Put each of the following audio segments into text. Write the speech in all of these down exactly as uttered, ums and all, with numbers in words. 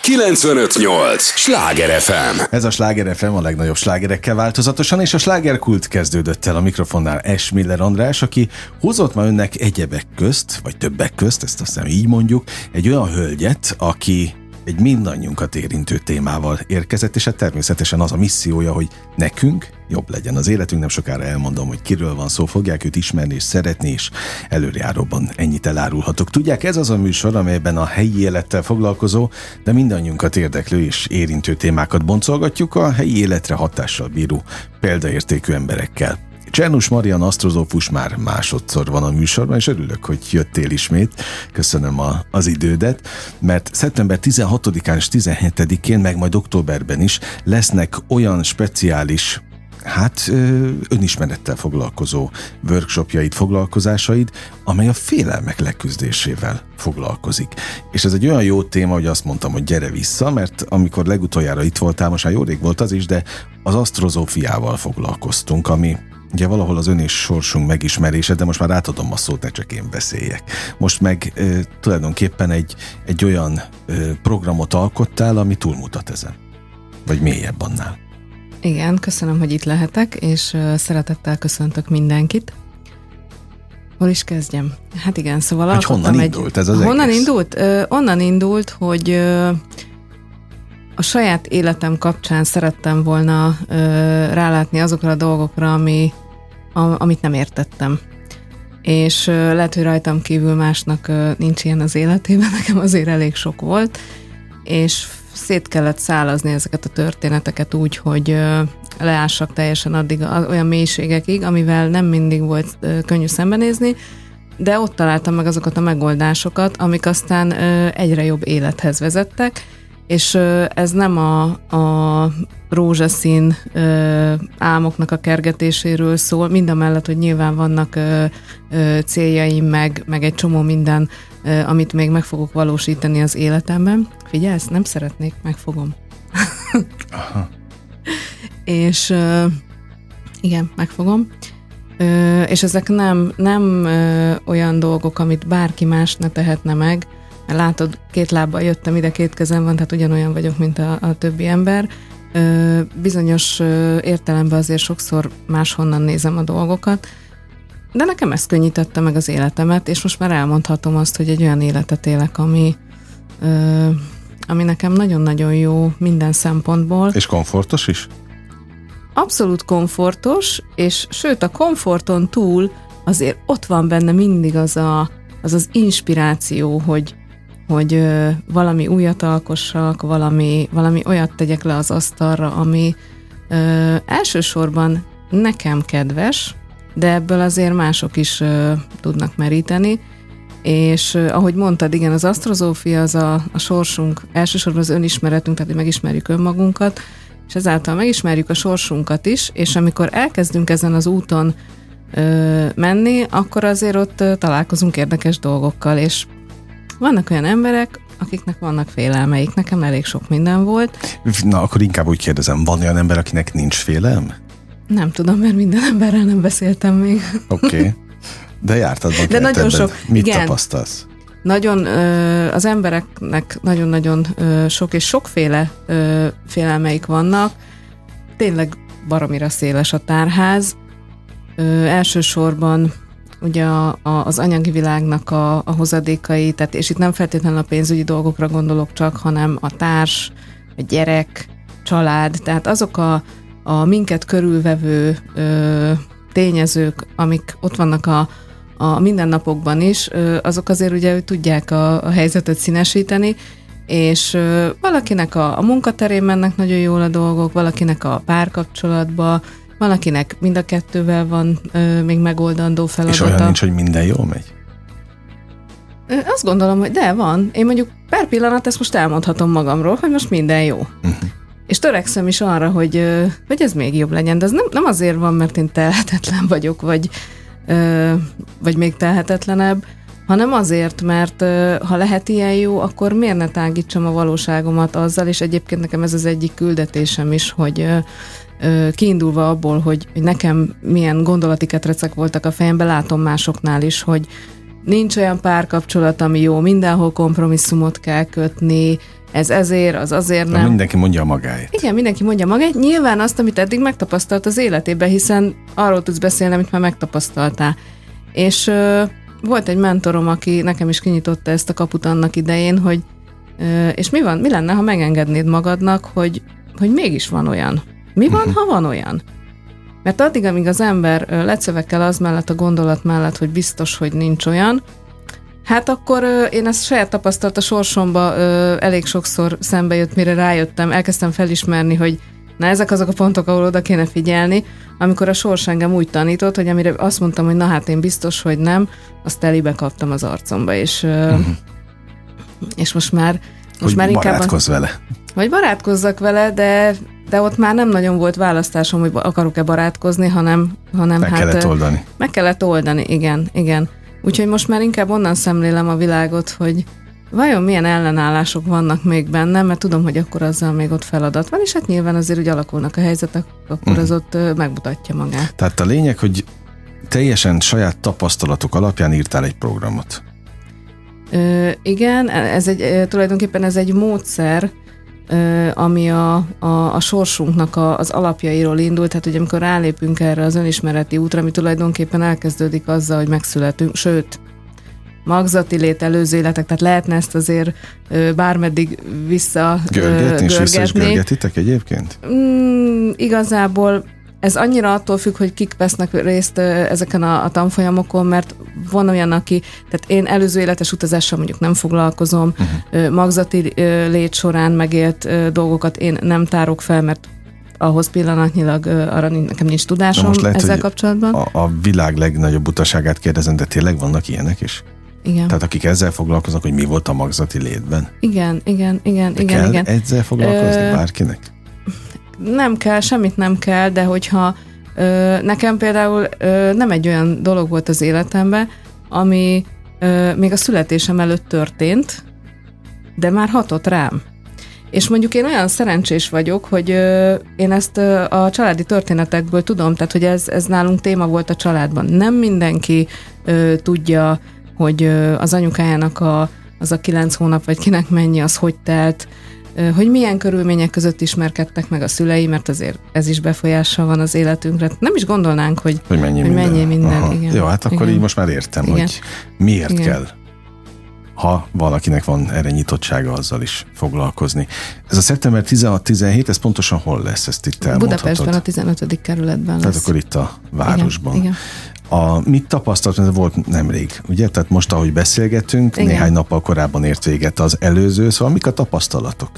kilencvenöt nyolc Sláger ef em. Ez a Sláger ef em a legnagyobb slágerekkel változatosan, és a slágerkult kezdődött el a mikrofonnál S. Miller András, aki hozott ma önnek egyebek közt, vagy többek közt, ezt azt hiszem így mondjuk, egy olyan hölgyet, aki egy mindannyiunkat érintő témával érkezett, és hát természetesen az a missziója, hogy nekünk jobb legyen az életünk. Nem sokára elmondom, hogy kiről van szó, fogják őt ismerni és szeretni, és előrejáróban ennyit elárulhatok. Tudják, ez az a műsor, amelyben a helyi élettel foglalkozó, de mindannyiunkat érdeklő és érintő témákat boncolgatjuk a helyi életre hatással bíró példaértékű emberekkel. Csernus Marian asztrozófus már másodszor van a műsorban, és örülök, hogy jöttél ismét. Köszönöm a, az idődet, mert szeptember tizenhatodikán és tizenhetedikén, meg majd októberben is lesznek olyan speciális, hát önismerettel foglalkozó workshopjaid, foglalkozásaid, amely a félelmek leküzdésével foglalkozik. És ez egy olyan jó téma, hogy azt mondtam, hogy gyere vissza, mert amikor legutoljára itt voltál, most már jó rég volt az is, de az asztrozófiával foglalkoztunk, ami ugye valahol az ön és sorsunk megismerése, de most már átadom a szót, ne csak én beszéljek. Most meg e, tulajdonképpen egy, egy olyan e, programot alkottál, ami túlmutat ezen. Vagy mélyebb annál. Igen, köszönöm, hogy itt lehetek, és uh, szeretettel köszöntök mindenkit. Hol is kezdjem? Hát igen, szóval hogy honnan egy... indult ez az Honnan egész? indult? Uh, onnan indult, hogy uh, a saját életem kapcsán szerettem volna uh, rálátni azokra a dolgokra, ami, a, amit nem értettem. És uh, lehet, hogy rajtam kívül másnak uh, nincs ilyen az életében, nekem azért elég sok volt, és szét kellett szálazni ezeket a történeteket úgy, hogy uh, leássak teljesen addig a, olyan mélységekig, amivel nem mindig volt uh, könnyű szembenézni, de ott találtam meg azokat a megoldásokat, amik aztán uh, egyre jobb élethez vezettek, és ez nem a, a rózsaszín ö, álmoknak a kergetéséről szól, mindamellett, hogy nyilván vannak ö, ö, céljaim, meg, meg egy csomó minden, ö, amit még meg fogok valósítani az életemben. Figyelsz, nem szeretnék, megfogom. Aha. És ö, igen, megfogom. Ö, és ezek nem, nem ö, olyan dolgok, amit bárki más ne tehetne meg. Látod, két lábbal jöttem ide, két kezem van, tehát ugyanolyan vagyok, mint a, a többi ember. Ö, bizonyos ö, értelemben azért sokszor máshonnan nézem a dolgokat, de nekem ez könnyítette meg az életemet, és most már elmondhatom azt, hogy egy olyan életet élek, ami, ö, ami nekem nagyon-nagyon jó minden szempontból. És komfortos is? Abszolút komfortos, és sőt a komforton túl azért ott van benne mindig az a, az, az inspiráció, hogy hogy ö, valami újat alkossak, valami, valami olyat tegyek le az asztalra, ami ö, elsősorban nekem kedves, de ebből azért mások is ö, tudnak meríteni, és ö, ahogy mondtad, igen, az asztrozófia az a, a sorsunk, elsősorban az önismeretünk, tehát hogy megismerjük önmagunkat, és ezáltal megismerjük a sorsunkat is, és amikor elkezdünk ezen az úton ö, menni, akkor azért ott ö, találkozunk érdekes dolgokkal, és vannak olyan emberek, akiknek vannak félelmeik. Nekem elég sok minden volt. Na, akkor inkább úgy kérdezem, van olyan ember, akinek nincs félelme? Nem tudom, mert minden emberrel nem beszéltem még. Oké. Okay. De jártad van. De nagyon sok. Mit igen, tapasztalsz? Nagyon, az embereknek nagyon-nagyon sok és sokféle félelmeik vannak. Tényleg baromira széles a tárház. Elsősorban ugye a, a, az anyagi világnak a, a hozadékai, tehát, és itt nem feltétlenül a pénzügyi dolgokra gondolok csak, hanem a társ, a gyerek, család, tehát azok a, a minket körülvevő ö, tényezők, amik ott vannak a, a mindennapokban is, ö, azok azért ugye tudják a, a helyzetet színesíteni, és ö, valakinek a, a munkaterén mennek nagyon jól a dolgok, valakinek a párkapcsolatba, valakinek mind a kettővel van ö, még megoldandó feladata. És olyan nincs, hogy minden jól megy? Ö, azt gondolom, hogy de van. Én mondjuk per pillanat ezt most elmondhatom magamról, hogy most minden jó. Uh-huh. És törekszem is arra, hogy, ö, hogy ez még jobb legyen. De ez nem, nem azért van, mert én telhetetlen vagyok, vagy, ö, vagy még telhetetlenebb, hanem azért, mert ö, ha lehet ilyen jó, akkor miért ne tágítsam a valóságomat azzal, és egyébként nekem ez az egyik küldetésem is, hogy ö, kiindulva abból, hogy nekem milyen gondolati ketrecek voltak a fejemben, látom másoknál is, hogy nincs olyan párkapcsolat, ami jó, mindenhol kompromisszumot kell kötni, ez ezért, az azért nem. De mindenki mondja a magáét. Igen, mindenki mondja magáét. Nyilván azt, amit eddig megtapasztalt az életében, hiszen arról tudsz beszélni, amit már megtapasztaltál. És ö, volt egy mentorom, aki nekem is kinyitotta ezt a kaput annak idején, hogy ö, és mi van, mi lenne, ha megengednéd magadnak, hogy, hogy mégis van olyan. Mi van, uh-huh. ha van olyan? Mert addig, amíg az ember ö, lecövekel az mellett, a gondolat mellett, hogy biztos, hogy nincs olyan, hát akkor ö, én ezt saját tapasztalt a sorsomba ö, elég sokszor szembe jött, mire rájöttem, elkezdtem felismerni, hogy na ezek azok a pontok, ahol oda kéne figyelni, amikor a sors engem úgy tanított, hogy amire azt mondtam, hogy na hát én biztos, hogy nem, azt telibe kaptam az arcomba, és, uh-huh. és most már most hogy már inkább... barátkozz vele. Vagy barátkozzak vele, de, de ott már nem nagyon volt választásom, hogy akarok-e barátkozni, hanem, hanem meg hát... Meg kellett oldani. Meg kellett oldani, igen, igen. Úgyhogy most már inkább onnan szemlélem a világot, hogy vajon milyen ellenállások vannak még bennem, mert tudom, hogy akkor azzal még ott feladat van, és hát nyilván azért, hogy alakulnak a helyzetek, akkor mm. az ott megmutatja magát. Tehát a lényeg, hogy teljesen saját tapasztalatok alapján írtál egy programot. Ö, igen, ez egy, tulajdonképpen ez egy módszer, ö, ami a, a, a sorsunknak a, az alapjairól indult, tehát hogy amikor rálépünk erre az önismereti útra, ami tulajdonképpen elkezdődik azzal, hogy megszületünk, sőt, magzati lét, előző életek, tehát lehetne ezt azért ö, bármeddig vissza görgetni. És vissza is görgetni. görgetitek egyébként? Mm, igazából ez annyira attól függ, hogy kik vesznek részt ö, ezeken a, a tanfolyamokon, mert van olyan, aki, tehát én előző életes utazással mondjuk nem foglalkozom, uh-huh. ö, magzati ö, lét során megélt ö, dolgokat én nem tárok fel, mert ahhoz pillanatnyilag ö, arra nekem nincs tudásom lehet, ezzel kapcsolatban. A, a világ legnagyobb utaságát kérdezem, de tényleg vannak ilyenek is? Igen. Tehát akik ezzel foglalkoznak, hogy mi volt a magzati létben? Igen, igen, igen. De igen, kell igen. ezzel foglalkozni ö, bárkinek? Nem kell, semmit nem kell, de hogyha ö, nekem például ö, nem egy olyan dolog volt az életemben, ami ö, még a születésem előtt történt, de már hatott rám. És mondjuk én olyan szerencsés vagyok, hogy ö, én ezt ö, a családi történetekből tudom, tehát hogy ez, ez nálunk téma volt a családban. Nem mindenki ö, tudja, hogy ö, az anyukájának a, az a kilenc hónap, vagy kinek mennyi, az hogy telt, ö, hogy milyen körülmények között ismerkedtek meg a szülei, mert azért ez is befolyással van az életünkre. Nem is gondolnánk, hogy, hogy mennyi hogy minden. Mennyi minden igen. Jó, hát akkor igen. így most már értem, igen. hogy miért igen. kell, ha valakinek van erre nyitottsága, azzal is foglalkozni. Ez a szeptember tizenhat tizenhét, ez pontosan hol lesz? Ezt itt elmondhatod? Budapestben, a tizenötödik kerületben Tehát lesz. akkor itt a városban. Igen, igen. A, mit tapasztalt, ez volt nemrég, ugye? Tehát most, ahogy beszélgetünk, igen. néhány nappal korábban ért véget az előző, szóval mik a tapasztalatok?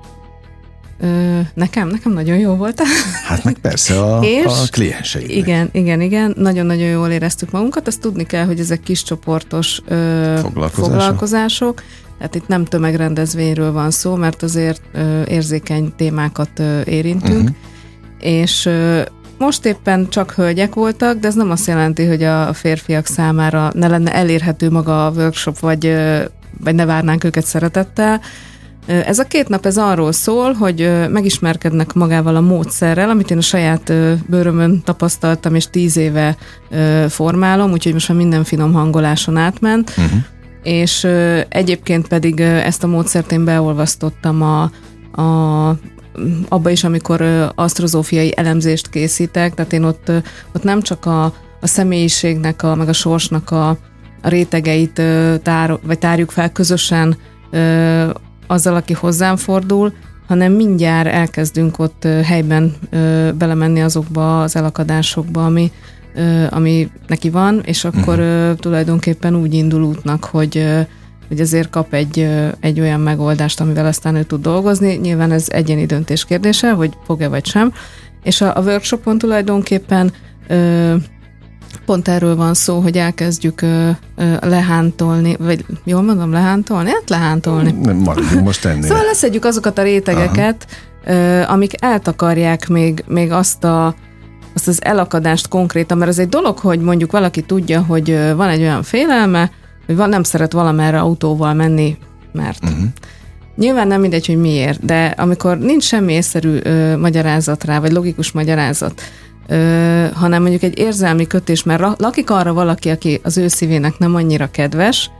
Ö, nekem, nekem nagyon jó volt. Hát meg persze a, a klienseidnek. Igen, igen, igen, nagyon-nagyon jól éreztük magunkat. Azt tudni kell, hogy ezek kis csoportos ö, foglalkozások. foglalkozások. Tehát itt nem tömegrendezvényről van szó, mert azért ö, érzékeny témákat ö, érintünk. Uh-huh. És ö, most éppen csak hölgyek voltak, de ez nem azt jelenti, hogy a férfiak számára ne lenne elérhető maga a workshop, vagy, ö, vagy ne várnánk őket szeretettel. Ez a két nap ez arról szól, hogy megismerkednek magával a módszerrel, amit én a saját bőrömön tapasztaltam, és tíz éve formálom, úgyhogy most már minden finom hangoláson átment, uh-huh. és egyébként pedig ezt a módszert én beolvasztottam a, a, abba is, amikor asztrozófiai elemzést készítek, tehát én ott, ott nem csak a, a személyiségnek, a, meg a sorsnak a, a rétegeit tár, vagy tárjuk fel közösen azzal, aki hozzám fordul, hanem mindjárt elkezdünk ott ö, helyben ö, belemenni azokba az elakadásokba, ami, ö, ami neki van, és akkor ö, tulajdonképpen úgy indul útnak, hogy, ö, hogy azért kap egy, ö, egy olyan megoldást, amivel aztán ő tud dolgozni. Nyilván ez egyéni döntés kérdése, hogy fog-e vagy sem. És a, a workshopon tulajdonképpen ö, pont erről van szó, hogy elkezdjük ö, ö, lehántolni, vagy jól mondom, lehántolni? Hát lehántolni. Nem maradjunk most ennél. Szóval leszedjük azokat a rétegeket, ö, amik eltakarják még, még azt, a, azt az elakadást konkrétan, mert ez egy dolog, hogy mondjuk valaki tudja, hogy ö, van egy olyan félelme, hogy van, nem szeret valamerre autóval menni, mert uh-huh. nyilván nem mindegy, hogy miért, de amikor nincs semmi észszerű ö, magyarázat rá, vagy logikus magyarázat, Ö, hanem mondjuk egy érzelmi kötés, mert lakik arra valaki, aki az ő szívének nem annyira kedves,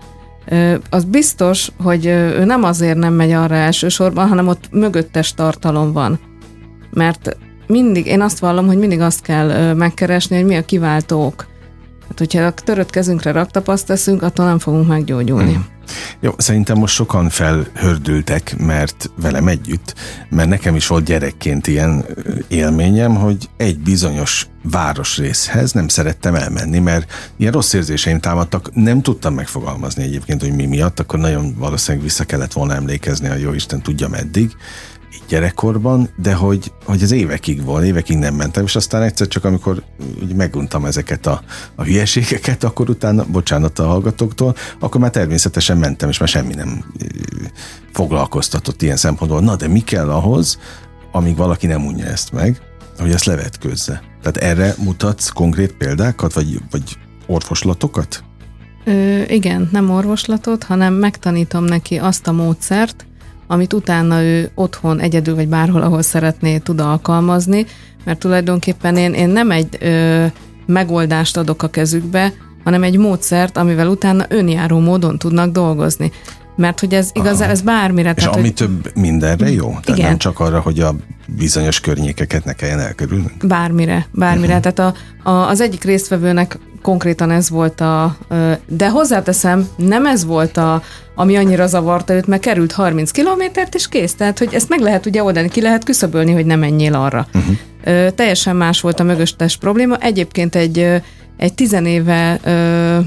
Az biztos, hogy ő nem azért nem megy arra elsősorban, hanem ott mögöttes tartalom van. Mert mindig, én azt vallom, hogy mindig azt kell megkeresni, hogy mi a kiváltó ok. Hát, hogyha a törött kezünkre raktapaszt teszünk, attól nem fogunk meggyógyulni. Hmm. Jó, szerintem most sokan felhördültek, mert velem együtt, mert nekem is volt gyerekként ilyen élményem, hogy egy bizonyos városrészhez nem szerettem elmenni, mert ilyen rossz érzéseim támadtak, nem tudtam megfogalmazni egyébként, hogy mi miatt, akkor nagyon valószínűleg vissza kellett volna emlékezni, a jóisten tudja meddig, így gyerekkorban, de hogy, hogy az évekig volt, évekig nem mentem, és aztán egyszer csak amikor úgy meguntam ezeket a, a hülyeségeket, akkor utána, bocsánat a hallgatóktól, akkor már természetesen mentem, és már semmi nem foglalkoztatott ilyen szempontból. Na, de mi kell ahhoz, amíg valaki nem unja ezt meg, hogy ezt levetkőzze? Tehát erre mutatsz konkrét példákat, vagy, vagy orvoslatokat? Ö, igen, nem orvoslatot, hanem megtanítom neki azt a módszert, amit utána ő otthon egyedül, vagy bárhol, ahol szeretné, tud alkalmazni, mert tulajdonképpen én, én nem egy ö, megoldást adok a kezükbe, hanem egy módszert, amivel utána önjáró módon tudnak dolgozni. Mert hogy ez igazán, ez bármire... És tehát, ami hogy... több mindenre jó? Tehát igen. Nem csak arra, hogy a bizonyos környékeket ne kelljen elkerülnünk? Bármire, bármire. Uh-huh. Tehát a, a, az egyik résztvevőnek konkrétan ez volt a... De hozzáteszem, nem ez volt a, ami annyira zavarta őt, mert került harminc kilométert, és kész. Tehát, hogy ezt meg lehet ugye oldani, ki lehet küszöbölni, hogy ne menjél arra. Uh-huh. Ö, teljesen más volt a mögöttes probléma. Egyébként egy, egy tizenéve... Ö,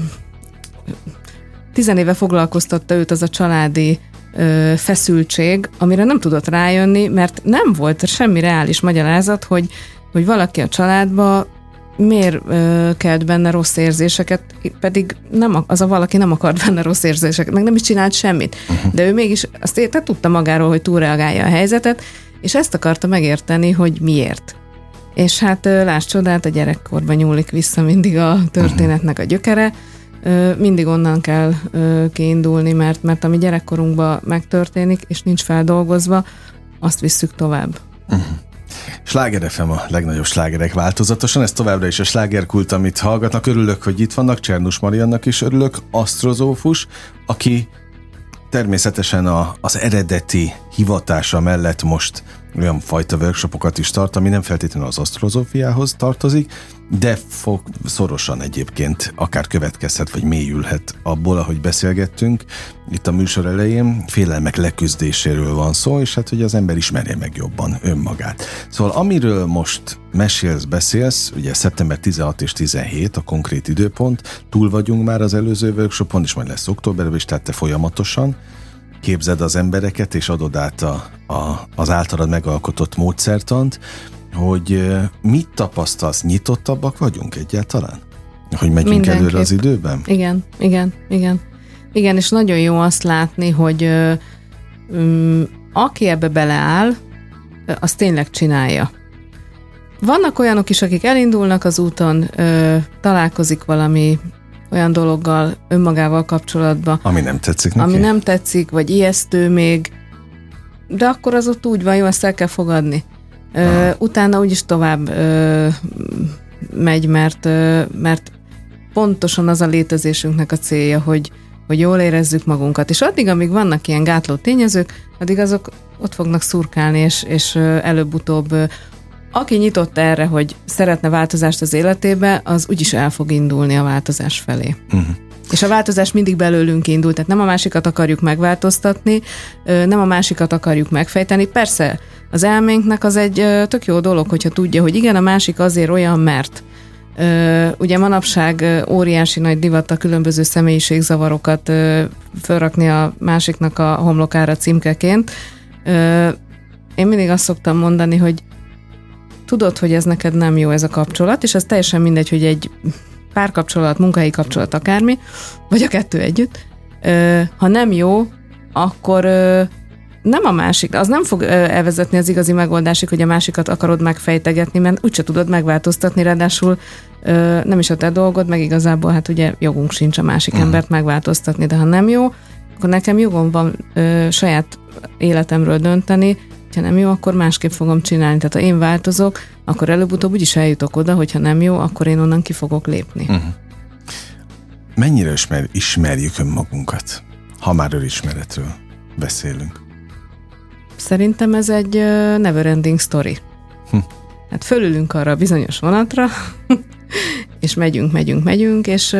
tizenéve foglalkoztatta őt az a családi ö, feszültség, amire nem tudott rájönni, mert nem volt semmi reális magyarázat, hogy, hogy valaki a családba miért ö, kelt benne rossz érzéseket, pedig nem, az a valaki nem akart benne rossz érzéseket, meg nem is csinált semmit. Uh-huh. De ő mégis azt érte, tudta magáról, hogy túlreagálja a helyzetet, és ezt akarta megérteni, hogy miért. És hát ö, láss csodát, a gyerekkorban nyúlik vissza mindig a történetnek a gyökere, mindig onnan kell kiindulni, mert, mert ami gyerekkorunkban megtörténik, és nincs feldolgozva, azt visszük tovább. Uh-huh. Sláger ef em, a legnagyobb slágerek változatosan, ez továbbra is a slágerkult, amit hallgatnak. Örülök, hogy itt vannak, Csernus Mariannak is örülök, asztrozófus, aki természetesen a, az eredeti hivatása mellett most olyan fajta workshopokat is tart, ami nem feltétlenül az asztrozófiához tartozik, de fog szorosan egyébként akár következhet, vagy mélyülhet abból, ahogy beszélgettünk. Itt a műsor elején félelmek leküzdéséről van szó, és hát, hogy az ember ismerje meg jobban önmagát. Szóval amiről most mesélsz, beszélsz, ugye szeptember tizenhat és tizenhét a konkrét időpont, túl vagyunk már az előző workshopon, és majd lesz októberben is, tehát te folyamatosan képzed az embereket, és adod át a, a, az általad megalkotott módszertant, hogy mit tapasztalsz, nyitottabbak vagyunk egyáltalán? Hogy megyünk Mindenképp. Előre az időben? Igen, igen, igen. Igen, és nagyon jó azt látni, hogy ö, ö, aki ebbe beleáll, az tényleg csinálja. Vannak olyanok is, akik elindulnak az úton, ö, találkozik valami olyan dologgal, önmagával kapcsolatban. Ami nem tetszik neki? Ami nem tetszik, vagy ijesztő még, de akkor az ott úgy van, jó, ezt el kell fogadni. Ö, utána úgyis tovább ö, megy, mert, ö, mert pontosan az a létezésünknek a célja, hogy, hogy jól érezzük magunkat. És addig, amíg vannak ilyen gátló tényezők, addig azok ott fognak szurkálni, és, és előbb-utóbb ö, aki nyitott erre, hogy szeretne változást az életébe, az úgyis el fog indulni a változás felé. Uh-huh. És a változás mindig belőlünk indul, tehát nem a másikat akarjuk megváltoztatni, nem a másikat akarjuk megfejteni. Persze, az elménknek az egy tök jó dolog, hogyha tudja, hogy igen, a másik azért olyan, mert ugye manapság óriási nagy divat a különböző személyiségzavarokat fölrakni a másiknak a homlokára címkeként. Én mindig azt szoktam mondani, hogy tudod, hogy ez neked nem jó ez a kapcsolat, és ez teljesen mindegy, hogy egy párkapcsolat, munkahelyi kapcsolat, akármi, vagy a kettő együtt. Ha nem jó, akkor nem a másik, az nem fog elvezetni az igazi megoldásig, hogy a másikat akarod megfejtegetni, mert úgyse tudod megváltoztatni, ráadásul nem is a te dolgod, meg igazából hát ugye jogunk sincs a másik uh-huh. embert megváltoztatni, de ha nem jó, akkor nekem jogom van saját életemről dönteni, ha nem jó, akkor másképp fogom csinálni. Tehát ha én változok, akkor előbb-utóbb úgyis eljutok oda, hogyha nem jó, akkor én onnan ki fogok lépni. Uh-huh. Mennyire ismer, ismerjük önmagunkat? ha már önismeretről beszélünk? Szerintem ez egy never ending story. Hm. Hát fölülünk arra a bizonyos vonatra, és megyünk, megyünk, megyünk, és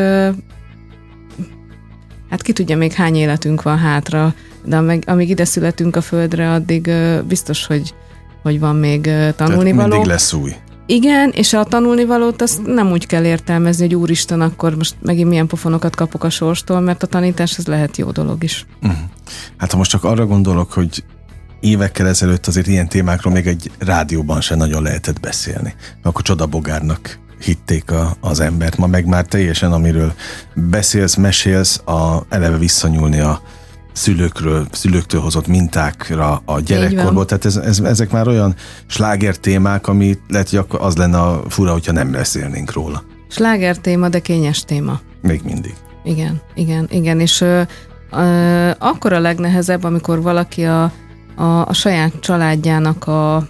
hát ki tudja még hány életünk van hátra, de amíg, amíg ide születünk a földre, addig biztos, hogy, hogy van még tanulnivaló. Tehát mindig lesz új. Igen, és a tanulnivalót azt nem úgy kell értelmezni, hogy úristen, akkor most megint milyen pofonokat kapok a sorstól, mert a tanítás az lehet jó dolog is. Uh-huh. Hát ha most csak arra gondolok, hogy évekkel ezelőtt azért ilyen témákról még egy rádióban sem nagyon lehetett beszélni. Akkor csodabogárnak hitték a, az embert. Ma meg már teljesen, amiről beszélsz, mesélsz, a, eleve visszanyúlni a szülőkről, szülőktől hozott mintákra a gyerekkorból. Tehát ez, ez, ezek már olyan sláger témák, ami lehet, hogy akkor az lenne a fura, hogyha nem beszélnénk róla. Sláger téma, de kényes téma. Még mindig. Igen, igen, igen. És ö, ö, akkor a legnehezebb, amikor valaki a A, a saját családjának a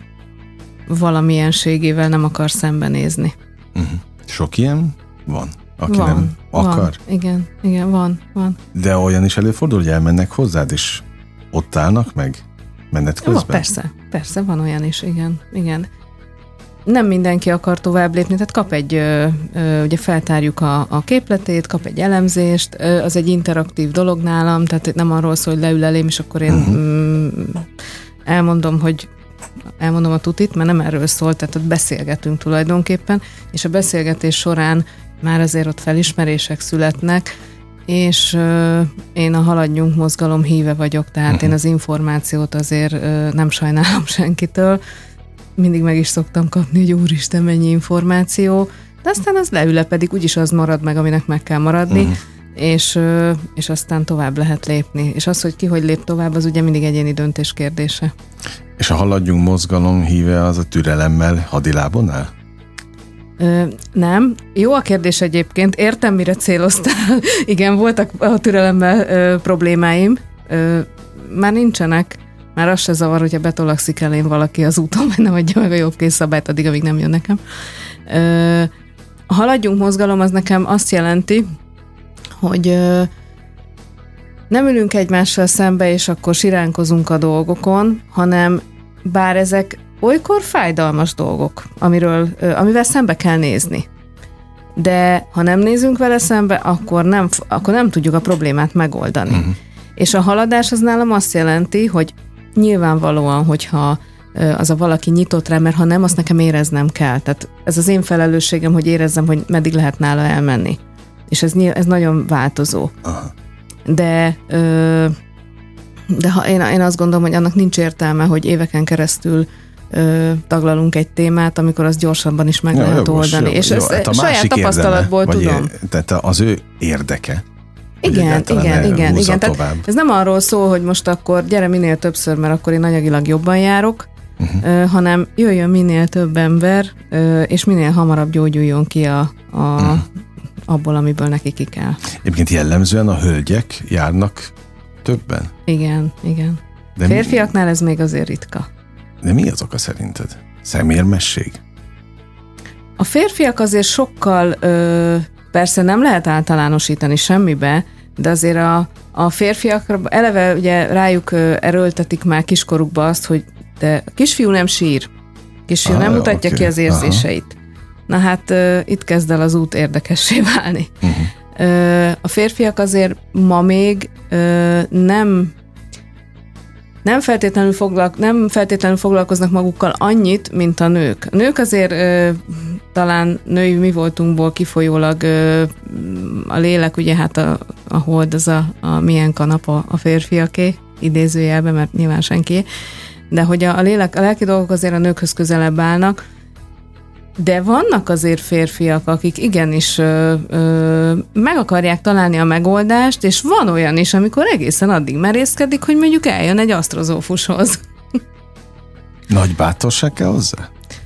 valamienségével nem akar szembenézni. Uh-huh. Sok ilyen van, aki van, nem akar? Van. Igen, igen, van, van. De olyan is előfordul, hogy elmennek hozzád, és ott állnak meg menet közben? Van, persze, persze, van olyan is, igen, igen. Nem mindenki akar tovább lépni, tehát kap egy, ö, ö, ugye feltárjuk a, a képletét, kap egy elemzést, ö, az egy interaktív dolog nálam, tehát nem arról szól, hogy leül elém, és akkor én uh-huh. mm, elmondom, hogy elmondom a tutit, mert nem erről szól, tehát ott beszélgetünk tulajdonképpen, és a beszélgetés során már azért ott felismerések születnek, és ö, én a Haladjunk mozgalom híve vagyok, tehát uh-huh. én az információt azért ö, nem sajnálom senkitől, mindig meg is szoktam kapni, hogy úristen, mennyi információ, de aztán az leülepedik, úgyis az marad meg, aminek meg kell maradni, uh-huh. és, és aztán tovább lehet lépni. És az, hogy ki hogy lép tovább, az ugye mindig egyéni döntés kérdése. És a Haladjunk mozgalom híve az a türelemmel hadilábon áll? Ö, nem. Jó a kérdés egyébként. Értem, mire céloztál. Igen, voltak a türelemmel ö, problémáim. Ö, már nincsenek. Már az se zavar, hogyha betolakszik elém valaki az úton, mert nem adja meg a jobb készszabályt addig, amíg nem jön nekem. Ö, a Haladjunk mozgalom az nekem azt jelenti, hogy ö, nem ülünk egymással szembe, és akkor siránkozunk a dolgokon, hanem bár ezek olykor fájdalmas dolgok, amiről, ö, amivel szembe kell nézni. De ha nem nézünk vele szembe, akkor nem, akkor nem tudjuk a problémát megoldani. Uh-huh. És a haladás az nálam azt jelenti, hogy nyilvánvalóan, hogyha az a valaki nyitott rá, mert ha nem, azt nekem éreznem kell. Tehát ez az én felelősségem, hogy érezzem, hogy meddig lehet nála elmenni. És ez, ez nagyon változó. Aha. De, de ha én, én azt gondolom, hogy annak nincs értelme, hogy éveken keresztül taglalunk egy témát, amikor azt gyorsabban is meg ja, lehet jogos, oldani. Jó, és jó, ezt hát saját tapasztalatból tudom. Ér, tehát az ő érdeke. Igen, igen, igen, igen. Tehát ez nem arról szól, hogy most akkor gyere minél többször, mert akkor én anyagilag jobban járok, uh-huh. uh, hanem jöjjön minél több ember, uh, és minél hamarabb gyógyuljon ki a, a, uh-huh. abból, amiből neki ki kell. Egyébként jellemzően a hölgyek járnak többen? Igen, igen. De férfiaknál mi, ez még azért ritka. De mi az oka szerinted? Szemérmesség? A férfiak azért sokkal... Ö, Persze nem lehet általánosítani semmibe, de azért a, a férfiakra eleve ugye rájuk erőltetik már kiskorukba azt, hogy de a kisfiú nem sír, kisfiú ah, nem mutatja okay. ki az érzéseit. Aha. Na hát uh, itt kezd el az út érdekessé válni. Uh-huh. Uh, a férfiak azért ma még uh, nem Nem feltétlenül, foglalko- nem feltétlenül foglalkoznak magukkal annyit, mint a nők. A nők azért ö, talán női mi voltunkból kifolyólag ö, a lélek, ugye hát a, a hold az a, a milyen kanapa a férfiaké, idézőjelben, mert nyilván senki. De hogy a, a lélek, a lelki dolgok azért a nőkhöz közelebb állnak, de vannak azért férfiak, akik igenis ö, ö, meg akarják találni a megoldást, és van olyan is, amikor egészen addig merészkedik, hogy mondjuk eljön egy asztrozófushoz. Nagy bátorság kell hozzá?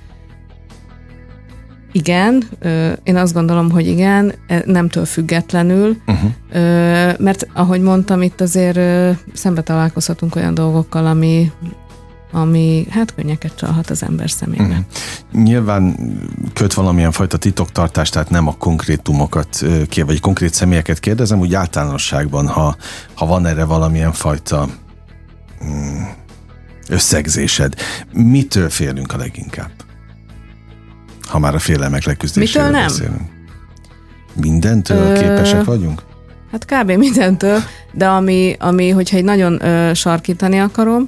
Igen, ö, én azt gondolom, hogy igen, nemtől függetlenül, uh-huh. ö, mert ahogy mondtam, itt azért ö, szembe találkozhatunk olyan dolgokkal, ami ami hát könnyeket csalhat az ember szemébe. Mm. Nyilván köt valamilyen fajta titoktartást, tehát nem a konkrétumokat, vagy konkrét személyeket kérdezem, úgy általánosságban, ha, ha van erre valamilyen fajta mm, összegzésed. Mitől félünk a leginkább? Ha már a félelmek leküzdéséről beszélünk. Mindentől Ö... képesek vagyunk? Hát kb. Mindentől, de ami, ami hogyha egy nagyon ö, sarkítani akarom,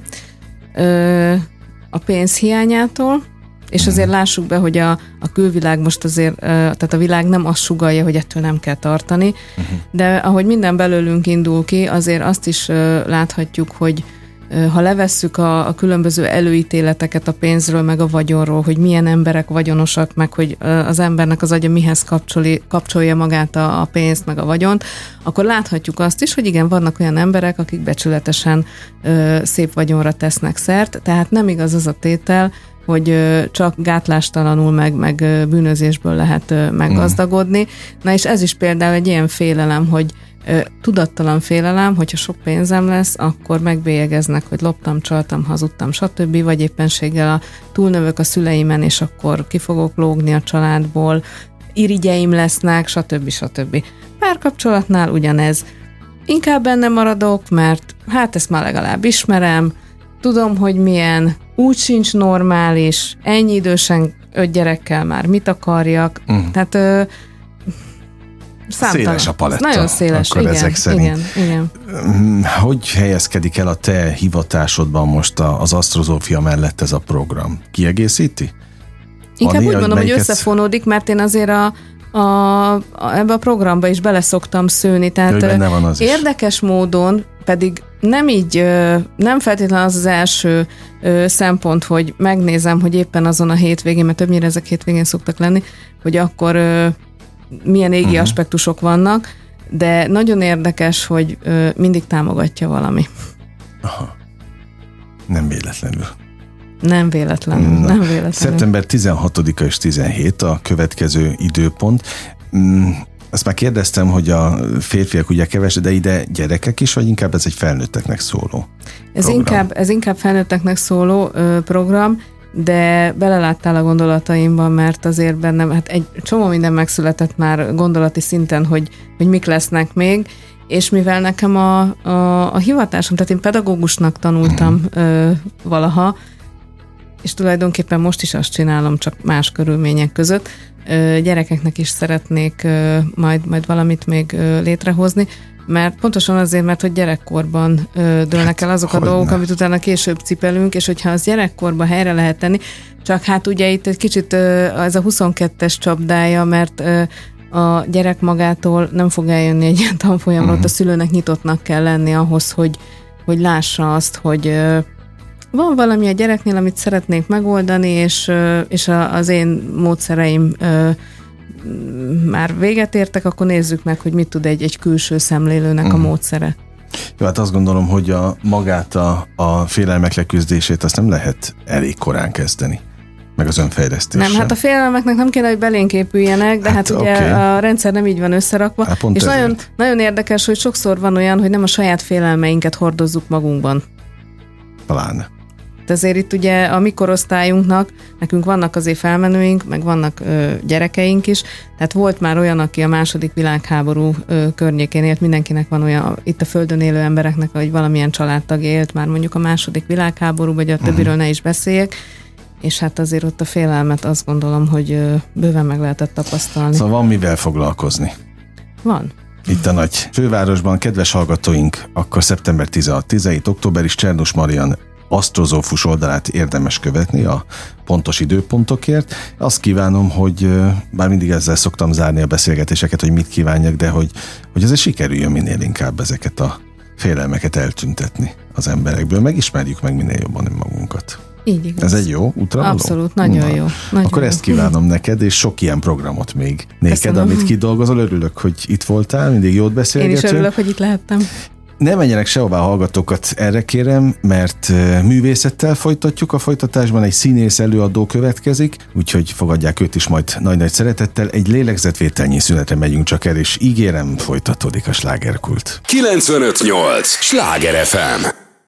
ö, a pénz hiányától, és azért lássuk be, hogy a, a külvilág most azért, ö, tehát a világ nem azt sugallja, hogy ettől nem kell tartani, uh-huh. de ahogy minden belőlünk indul ki, azért azt is ö, láthatjuk, hogy ha levesszük a, a különböző előítéleteket a pénzről, meg a vagyonról, hogy milyen emberek vagyonosak, meg hogy az embernek az agya mihez kapcsoli, kapcsolja magát a, a pénzt, meg a vagyont, akkor láthatjuk azt is, hogy igen, vannak olyan emberek, akik becsületesen ö, szép vagyonra tesznek szert, tehát nem igaz az a tétel, hogy ö, csak gátlástalanul, meg, meg ö, bűnözésből lehet ö, meggazdagodni. Mm. Na és ez is például egy ilyen félelem, hogy tudattalan félelem, hogyha sok pénzem lesz, akkor megbélyegeznek, hogy loptam, csaltam, hazudtam, stb. Vagy éppenséggel a túlnövök a szüleimen, és akkor ki fogok lógni a családból, irigyeim lesznek, stb. stb. Párkapcsolatnál ugyanez. Inkább benne maradok, mert hát ezt már legalább ismerem, tudom, hogy milyen, úgy sincs normális, ennyi idősen öt gyerekkel már mit akarjak. Mm. Tehát ö, számtalan. Széles a paletta. Nagyon széles, akkor igen, ezek szerint. Igen, igen. Hogy helyezkedik el a te hivatásodban most az asztrozófia mellett ez a program? Kiegészíti? Inkább úgy mondom, hogy összefonódik, mert én azért a, a, a, ebbe a programba is bele szoktam szőni. Tehát érdekes is. Módon pedig nem így, nem feltétlenül az az első szempont, hogy megnézem, hogy éppen azon a hétvégén, mert többnyire ezek hétvégén szoktak lenni, hogy akkor milyen égi uh-huh. aspektusok vannak, de nagyon érdekes, hogy ö, mindig támogatja valami. Aha. Nem véletlenül. Nem véletlenül, Na, nem véletlenül. Szeptember tizenhatodika és tizenhét a következő időpont. Mm, azt már kérdeztem, hogy a férfiak ugye keves, de ide gyerekek is, vagy inkább ez egy felnőtteknek szóló ez inkább, ez inkább felnőtteknek szóló ö, program, de beleláttál a gondolataimban, mert azért bennem hát egy csomó minden megszületett már gondolati szinten, hogy, hogy mik lesznek még, és mivel nekem a, a, a hivatásom, tehát én pedagógusnak tanultam ö, valaha, és tulajdonképpen most is azt csinálom, csak más körülmények között, ö, gyerekeknek is szeretnék ö, majd, majd valamit még ö, létrehozni, mert pontosan azért, mert hogy gyerekkorban ö, dőlnek el azok a dolgok, amit utána később cipelünk, és hogyha az gyerekkorban helyre lehet tenni, csak hát ugye itt egy kicsit ö, ez a huszonkettes csapdája, mert ö, a gyerek magától nem fog eljönni egy ilyen tanfolyamra, uh-huh. a szülőnek nyitottnak kell lenni ahhoz, hogy, hogy lássa azt, hogy ö, van valami a gyereknél, amit szeretnék megoldani, és, ö, és a, az én módszereim ö, már véget értek, akkor nézzük meg, hogy mit tud egy, egy külső szemlélőnek mm. a módszere. Jó, hát azt gondolom, hogy a magát a, a félelmek leküzdését azt nem lehet elég korán kezdeni, meg az önfejlesztéssel. Nem, hát a félelmeknek nem kéne, hogy belénk épüljenek, de hát, hát ugye okay. a rendszer nem így van összerakva, hát és nagyon, nagyon érdekes, hogy sokszor van olyan, hogy nem a saját félelmeinket hordozzuk magunkban. Pláne. Ezért itt ugye a mi korosztályunknak, nekünk vannak azért felmenőink, meg vannak ö, gyerekeink is, tehát volt már olyan, aki a második világháború ö, környékén élt, mindenkinek van olyan, itt a földön élő embereknek, hogy valamilyen családtag élt már mondjuk a második világháború, vagy a többiről uh-huh. ne is beszéljek, és hát azért ott a félelmet azt gondolom, hogy ö, bőven meg lehetett tapasztalni. Szóval van mivel foglalkozni. Van. Itt a nagy fővárosban, kedves hallgatóink, akkor szeptember tizenhatodika tizenhét október is Csernus Marian asztrozófus oldalát érdemes követni a pontos időpontokért. Azt kívánom, hogy bár mindig ezzel szoktam zárni a beszélgetéseket, hogy mit kívánjak, de hogy, hogy ezért sikerüljön minél inkább ezeket a félelmeket eltüntetni az emberekből, megismerjük meg minél jobban magunkat. Így igaz. Ez egy jó útravaló? Abszolút, nagyon Na, jó. Nagyon akkor jó. Ezt kívánom neked, és sok ilyen programot még néked, Köszönöm. Amit kidolgozol. Örülök, hogy itt voltál, mindig jót beszélgetünk. Én is örülök, hogy itt lehettem. Ne menjenek sehová, hallgatókat, erre kérem, mert művészettel folytatjuk a folytatásban, egy színész előadó következik, úgyhogy fogadják őt is majd nagy-nagy szeretettel. Egy lélegzetvételnyi szünetre megyünk csak el, és ígérem, folytatódik a slágerkult. kilencvenöt nyolc Sláger ef em